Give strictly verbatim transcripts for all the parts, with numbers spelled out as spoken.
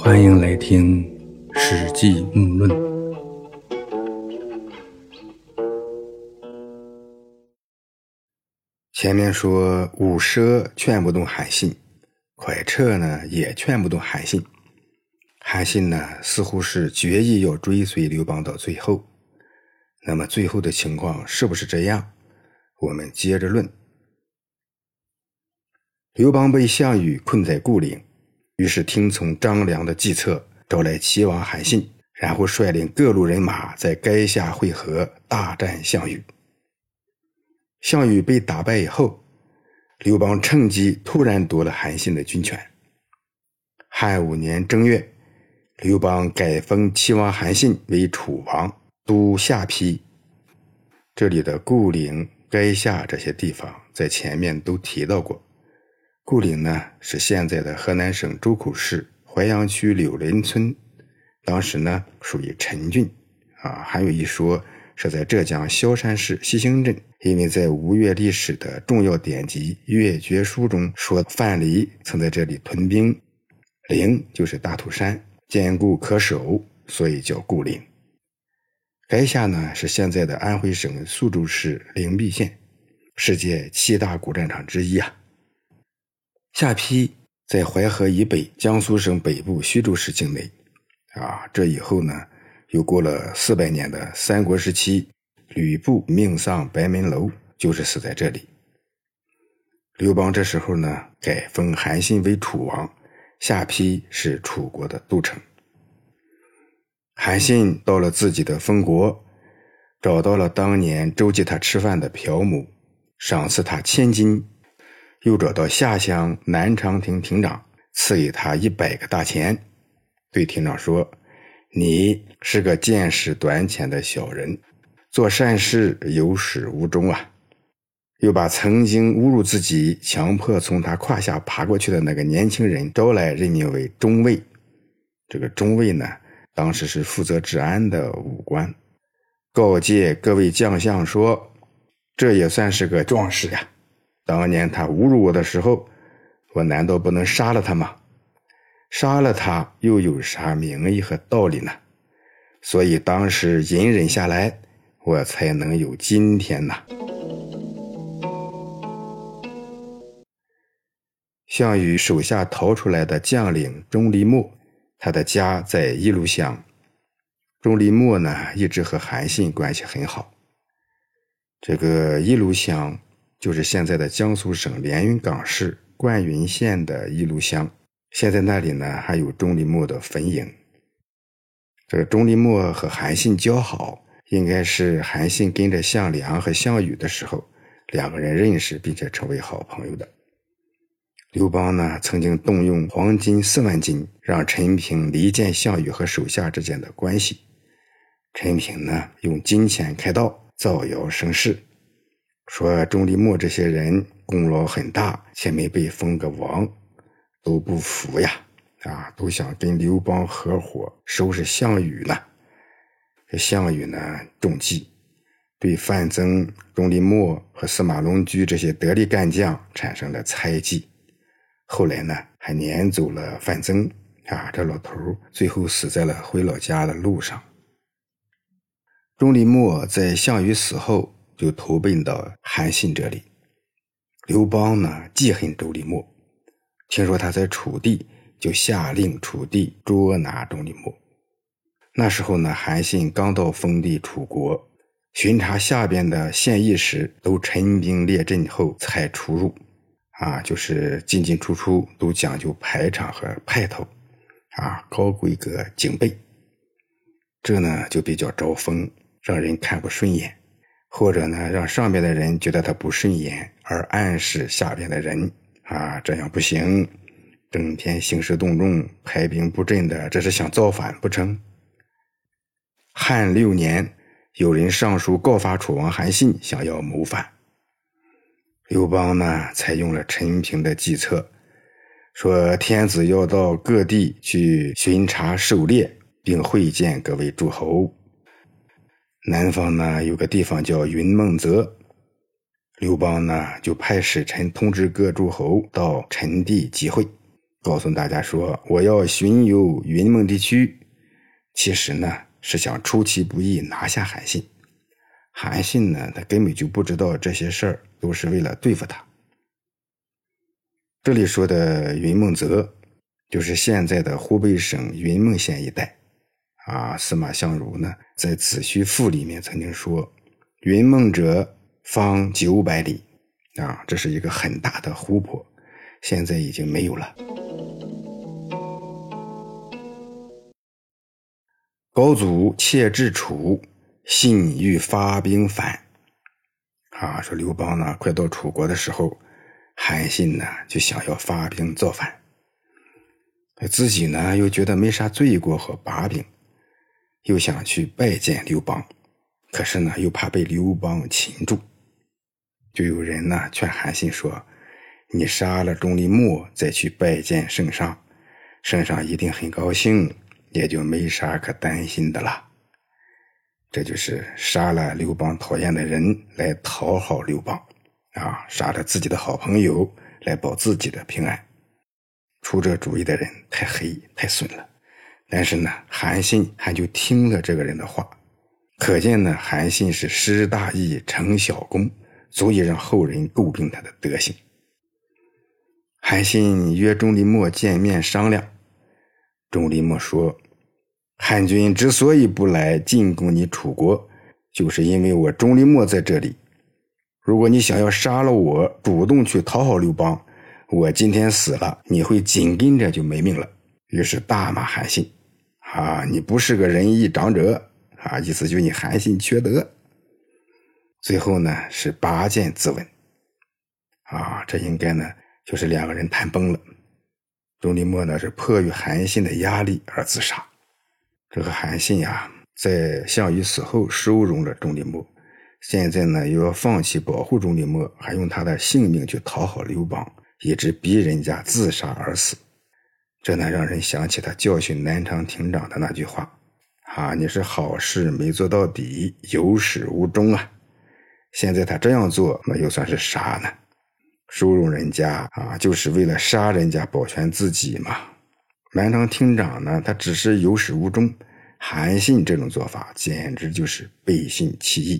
欢迎来听《史记目论》。前面说五奢劝不动韩信，蒯彻呢也劝不动韩信。韩信呢似乎是决意要追随刘邦到最后。那么最后的情况是不是这样？我们接着论。刘邦被项羽困在固陵，于是听从张良的计策，招来齐王韩信，然后率领各路人马在垓下会合，大战项羽。项羽被打败以后，刘邦趁机突然夺了韩信的军权。汉五年正月，刘邦改封齐王韩信为楚王，都下邳。这里的固陵、垓下这些地方在前面都提到过。固陵呢是现在的河南省周口市淮阳区柳林村，当时呢属于陈郡啊。还有一说是在浙江萧山市西兴镇，因为在吴越历史的重要典籍《越绝书》中说范蠡曾在这里屯兵，陵就是大土山，坚固可守，所以叫固陵。垓下呢是现在的安徽省宿州市灵璧县，世界七大古战场之一啊。下邳在淮河以北，江苏省北部徐州市境内啊。这以后呢又过了四百年的三国时期，吕布命丧白门楼，就是死在这里。刘邦这时候呢改封韩信为楚王，下邳是楚国的都城。韩信到了自己的封国，找到了当年周济他吃饭的朴母，赏赐他千金，又找到下乡南长亭亭长，赐给他一百个大钱，对亭长说，你是个见识短浅的小人，做善事有始无终啊。又把曾经侮辱自己，强迫从他胯下爬过去的那个年轻人招来，任命为中尉。这个中尉呢当时是负责治安的武官，告诫各位将相说，这也算是个壮士呀，当年他侮辱我的时候，我难道不能杀了他吗？杀了他又有啥名义和道理呢？所以当时隐忍下来，我才能有今天呐。项羽手下逃出来的将领钟离昧，他的家在伊卢乡。钟离昧呢一直和韩信关系很好。这个伊卢乡就是现在的江苏省连云港市灌云县的伊卢乡，现在那里呢还有钟离昧的坟茔。这个钟离昧和韩信交好，应该是韩信跟着项梁和项羽的时候，两个人认识并且成为好朋友的。刘邦呢曾经动用黄金四万斤，让陈平离间项羽和手下之间的关系。陈平呢用金钱开道，造谣生事，说钟离昧这些人功劳很大，且没被封个王，都不服呀，啊，都想跟刘邦合伙收拾项羽呢。这项羽呢中计，对范增、钟离昧和司马龙驹这些得力干将产生了猜忌。后来呢还撵走了范增啊，这老头最后死在了回老家的路上。钟离昧在项羽死后就投奔到韩信这里。刘邦呢记恨钟离昧，听说他在楚地，就下令楚地捉拿钟离昧。那时候呢韩信刚到封地楚国，巡查下边的县役时都陈兵列阵后才出入啊，就是进进出出都讲究排场和派头啊，高规格警备。这呢就比较招风，让人看不顺眼，或者呢让上边的人觉得他不顺眼，而暗示下边的人啊，这样不行，整天兴师动众，排兵布阵的，这是想造反不成？汉六年，有人上书告发楚王韩信想要谋反。刘邦呢采用了陈平的计策，说天子要到各地去巡查狩猎，并会见各位诸侯。南方呢有个地方叫云梦泽，刘邦呢就派使臣通知各诸侯到陈地集会， 告诉大家说我要巡游云梦地区，其实呢是想出其不意拿下韩信。韩信呢他根本就不知道这些事儿都是为了对付他。这里说的云梦泽就是现在的湖北省云梦县一带啊。司马相如呢在子虚赋里面曾经说，云梦者方九百里啊，这是一个很大的湖泊，现在已经没有了。高祖窃至楚，信欲发兵反啊，说刘邦呢快到楚国的时候，韩信呢就想要发兵造反，自己呢又觉得没啥罪过和把柄，又想去拜见刘邦，可是呢又怕被刘邦擒住，就有人呢劝韩信说，你杀了钟离昧再去拜见圣上，圣上一定很高兴，也就没啥可担心的了。这就是杀了刘邦讨厌的人来讨好刘邦啊，杀了自己的好朋友来保自己的平安。出这主意的人太黑太损了，但是呢韩信还就听了这个人的话，可见呢韩信是施大义成小功，足以让后人诟病他的德行。韩信约钟离昧见面商量，钟离昧说，汉军之所以不来进攻你楚国，就是因为我钟离昧在这里。如果你想要杀了我，主动去讨好刘邦，我今天死了，你会紧跟着就没命了。于是大骂韩信啊，你不是个仁义长者啊，意思就你韩信缺德。最后呢是拔剑自刎啊，这应该呢就是两个人谈崩了。钟离昧呢是迫于韩信的压力而自杀。这个韩信啊，在项羽死后收容了钟离昧，现在呢又要放弃保护钟离昧，还用他的性命去讨好刘邦，以致逼人家自杀而死。这呢让人想起他教训南昌亭长的那句话啊，你是好事没做到底，有始无终啊。现在他这样做，那又算是啥呢？收容人家啊，就是为了杀人家保全自己嘛。南昌厅长呢，他只是有始无终，韩信这种做法简直就是背信弃义。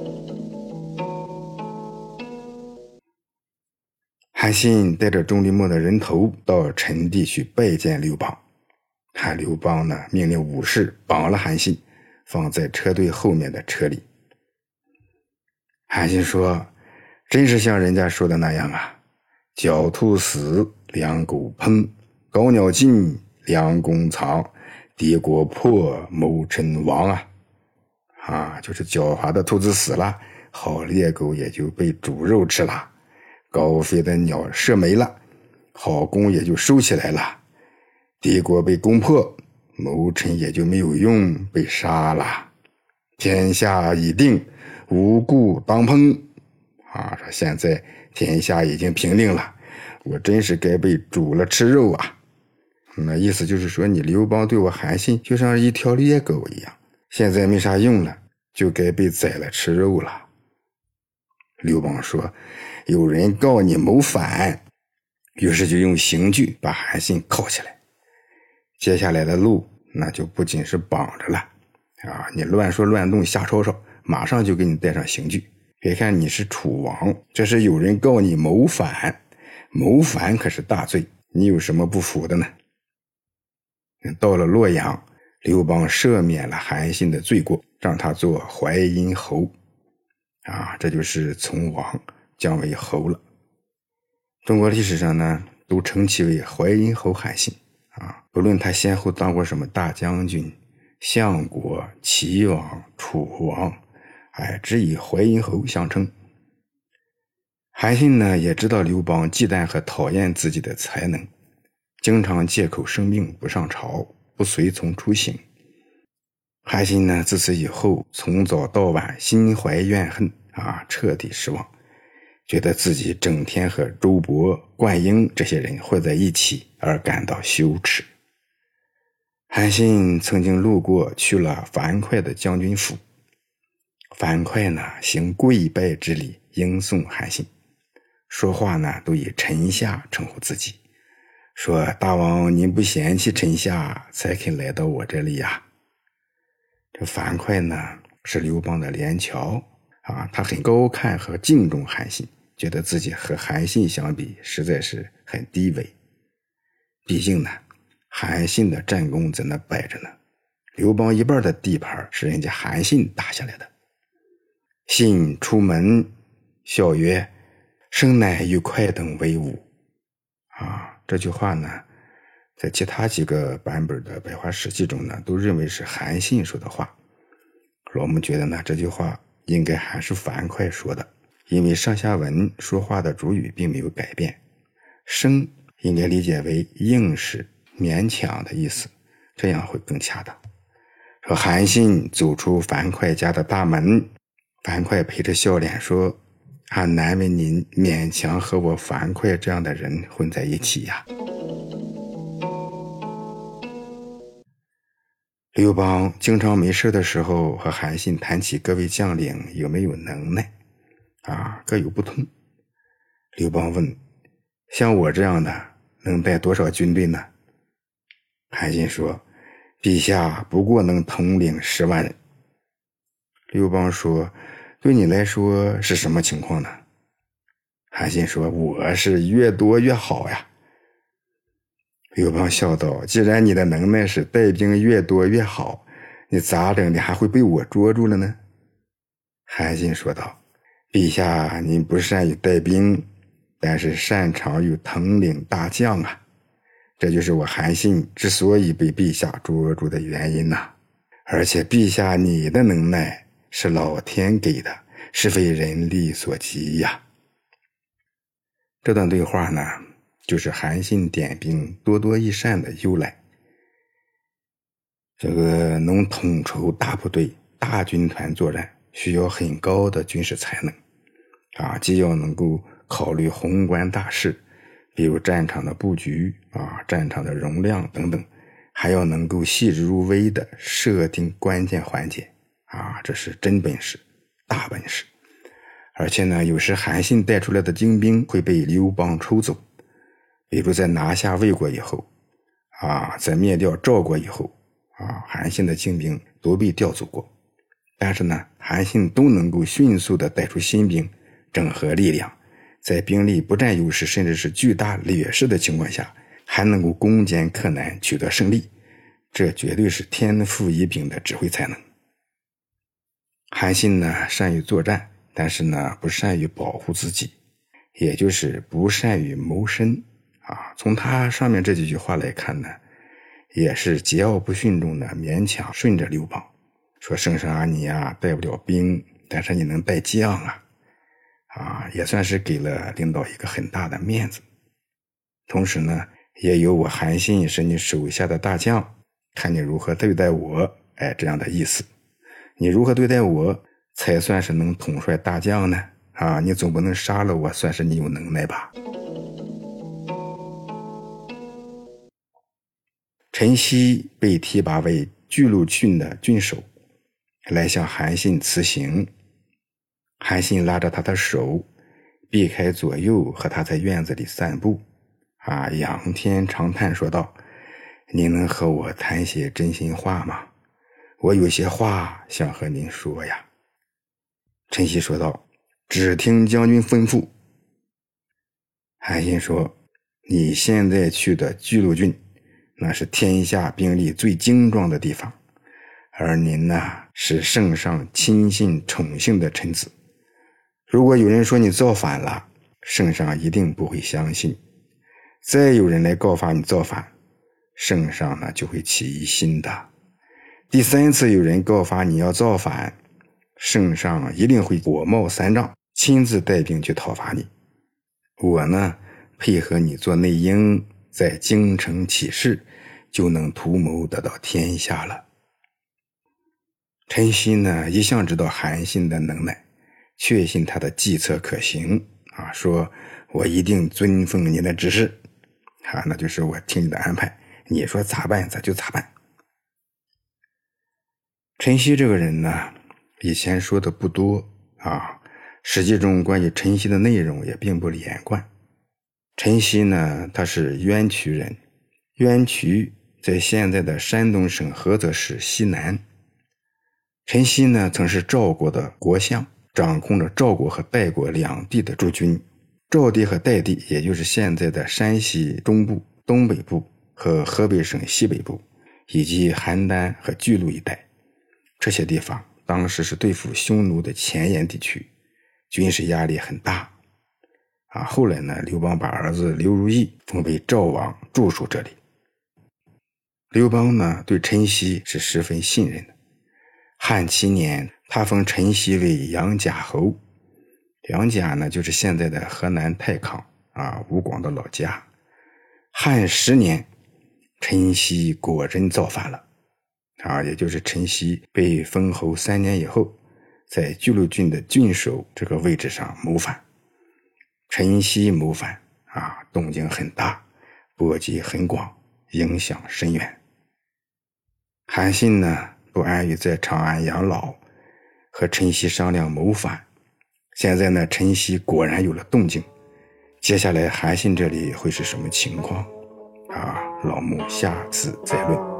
韩信带着钟离昧的人头到陈地去拜见刘邦，汉刘邦呢命令武士绑了韩信，放在车队后面的车里。韩信说，真是像人家说的那样啊，狡兔死，良狗烹，高鸟尽，良弓藏，敌国破，谋臣亡啊。啊，就是狡猾的兔子死了，好猎狗也就被煮肉吃了，高飞的鸟射没了，好弓也就收起来了，敌国被攻破，谋臣也就没有用，被杀了。天下已定，无故当烹啊，说现在天下已经平定了，我真是该被煮了吃肉啊。那意思就是说，你刘邦对我韩信就像一条猎狗一样，现在没啥用了，就该被宰了吃肉了。刘邦说，有人告你谋反，于是就用刑具把韩信铐起来。接下来的路那就不仅是绑着了啊，你乱说乱动瞎吵吵，马上就给你带上刑具。别看你是楚王，这是有人告你谋反，谋反可是大罪，你有什么不服的呢？到了洛阳，刘邦赦免了韩信的罪过，让他做淮阴侯啊，这就是从王降为侯了。中国历史上呢都称其为淮阴侯韩信啊，不论他先后当过什么大将军、相国、齐王、楚王，哎，只以淮阴侯相称。韩信呢也知道刘邦忌惮和讨厌自己的才能，经常借口生病不上朝，不随从出行。韩信呢自此以后从早到晚心怀怨恨啊，彻底失望，觉得自己整天和周勃、灌婴这些人混在一起而感到羞耻。韩信曾经路过去了樊哙的将军府，樊哙呢行跪拜之礼迎送韩信，说话呢都以臣下称呼自己， 说大王您不嫌弃臣下才肯来到我这里呀。这樊哙呢是刘邦的连桥啊，他很高看和敬重韩信，觉得自己和韩信相比实在是很低微。毕竟呢韩信的战功在那摆着呢，刘邦一半的地盘是人家韩信打下来的。信出门笑曰：生乃与快等为伍啊，这句话呢在其他几个版本的百花史记中呢都认为是韩信说的话。我们觉得呢这句话应该还是樊哙说的，因为上下文说话的主语并没有改变。生应该理解为硬是勉强的意思，这样会更恰当。说韩信走出樊哙家的大门，樊哙陪着笑脸说：俺难为您勉强和我樊哙这样的人混在一起呀。刘邦经常没事的时候和韩信谈起各位将领有没有能耐啊，各有不同。刘邦问：像我这样的能带多少军队呢？韩信说：陛下不过能统领十万人。刘邦说：对你来说是什么情况呢？韩信说：我是越多越好呀。刘邦笑道：既然你的能耐是带兵越多越好，你咋整的还会被我捉住了呢？韩信说道：陛下您不善于带兵，但是擅长于统领大将啊，这就是我韩信之所以被陛下捉住的原因呐、啊。而且陛下你的能耐是老天给的，是非人力所及呀。这段对话呢就是韩信点兵多多益善的由来。这个能统筹大部队大军团作战需要很高的军事才能啊，既要能够考虑宏观大事，比如战场的布局啊、战场的容量等等，还要能够细致入微的设定关键环节啊，这是真本事大本事。而且呢有时韩信带出来的精兵会被刘邦抽走，比如在拿下魏国以后啊，在灭掉赵国以后啊，韩信的精兵都被调走过。但是呢韩信都能够迅速的带出新兵，整合力量，在兵力不占优势甚至是巨大劣势的情况下，还能够攻坚克难取得胜利，这绝对是天赋异禀的指挥才能。韩信呢善于作战，但是呢不善于保护自己，也就是不善于谋身啊。从他上面这几句话来看呢，也是桀骜不驯中的勉强顺着刘邦，说圣上啊你啊带不了兵，但是你能带将啊啊，也算是给了领导一个很大的面子。同时呢也有我韩信是你手下的大将，看你如何对待我，哎，这样的意思。你如何对待我才算是能统帅大将呢？啊，你总不能杀了我算是你有能耐吧。陈豨被提拔为巨鹿郡的郡守，来向韩信辞行。韩信拉着他的手，避开左右，和他在院子里散步啊，仰天长叹说道：您能和我谈些真心话吗？我有些话想和您说呀。陈豨说道：只听将军吩咐。韩信说：你现在去的巨鹿郡，那是天下兵力最精壮的地方，而您呢是圣上亲信宠幸的臣子，如果有人说你造反了，圣上一定不会相信，再有人来告发你造反，圣上呢就会起疑心的。第三次有人告发你要造反，圣上一定会火冒三丈，亲自带兵去讨伐你。我呢配合你做内应，在京城起事，就能图谋得到天下了。陈豨呢一向知道韩信的能耐，确信他的计策可行啊，说我一定遵奉你的指示啊，那就是我听你的安排，你说咋办咱就咋办。陈豨这个人呢以前说的不多啊，史记中关于陈豨的内容也并不连贯， 陈锡呢，他是冤渠人，冤渠在现在的山东省菏泽市西南。陈锡呢，曾是赵国的国相，掌控着赵国和代国两地的驻军。赵地和代地，也就是现在的山西中部、东北部和河北省西北部，以及邯郸和巨鹿一带，这些地方当时是对付匈奴的前沿地区，军事压力很大。啊，后来呢，刘邦把儿子刘如意封为赵王，驻守这里。刘邦呢，对陈锡是十分信任的。汉七年，他封陈锡为杨贾侯。杨贾呢，就是现在的河南太康啊，吴广的老家。汉十年，陈锡果真造反了啊，也就是陈锡被封侯三年以后，在巨鹿郡的郡守这个位置上谋反。陈锡谋反啊，动静很大，波及很广，影响深远。韩信呢，不安于在长安养老，和陈锡商量谋反。现在呢，陈锡果然有了动静。接下来韩信这里会是什么情况啊？老穆下次再论。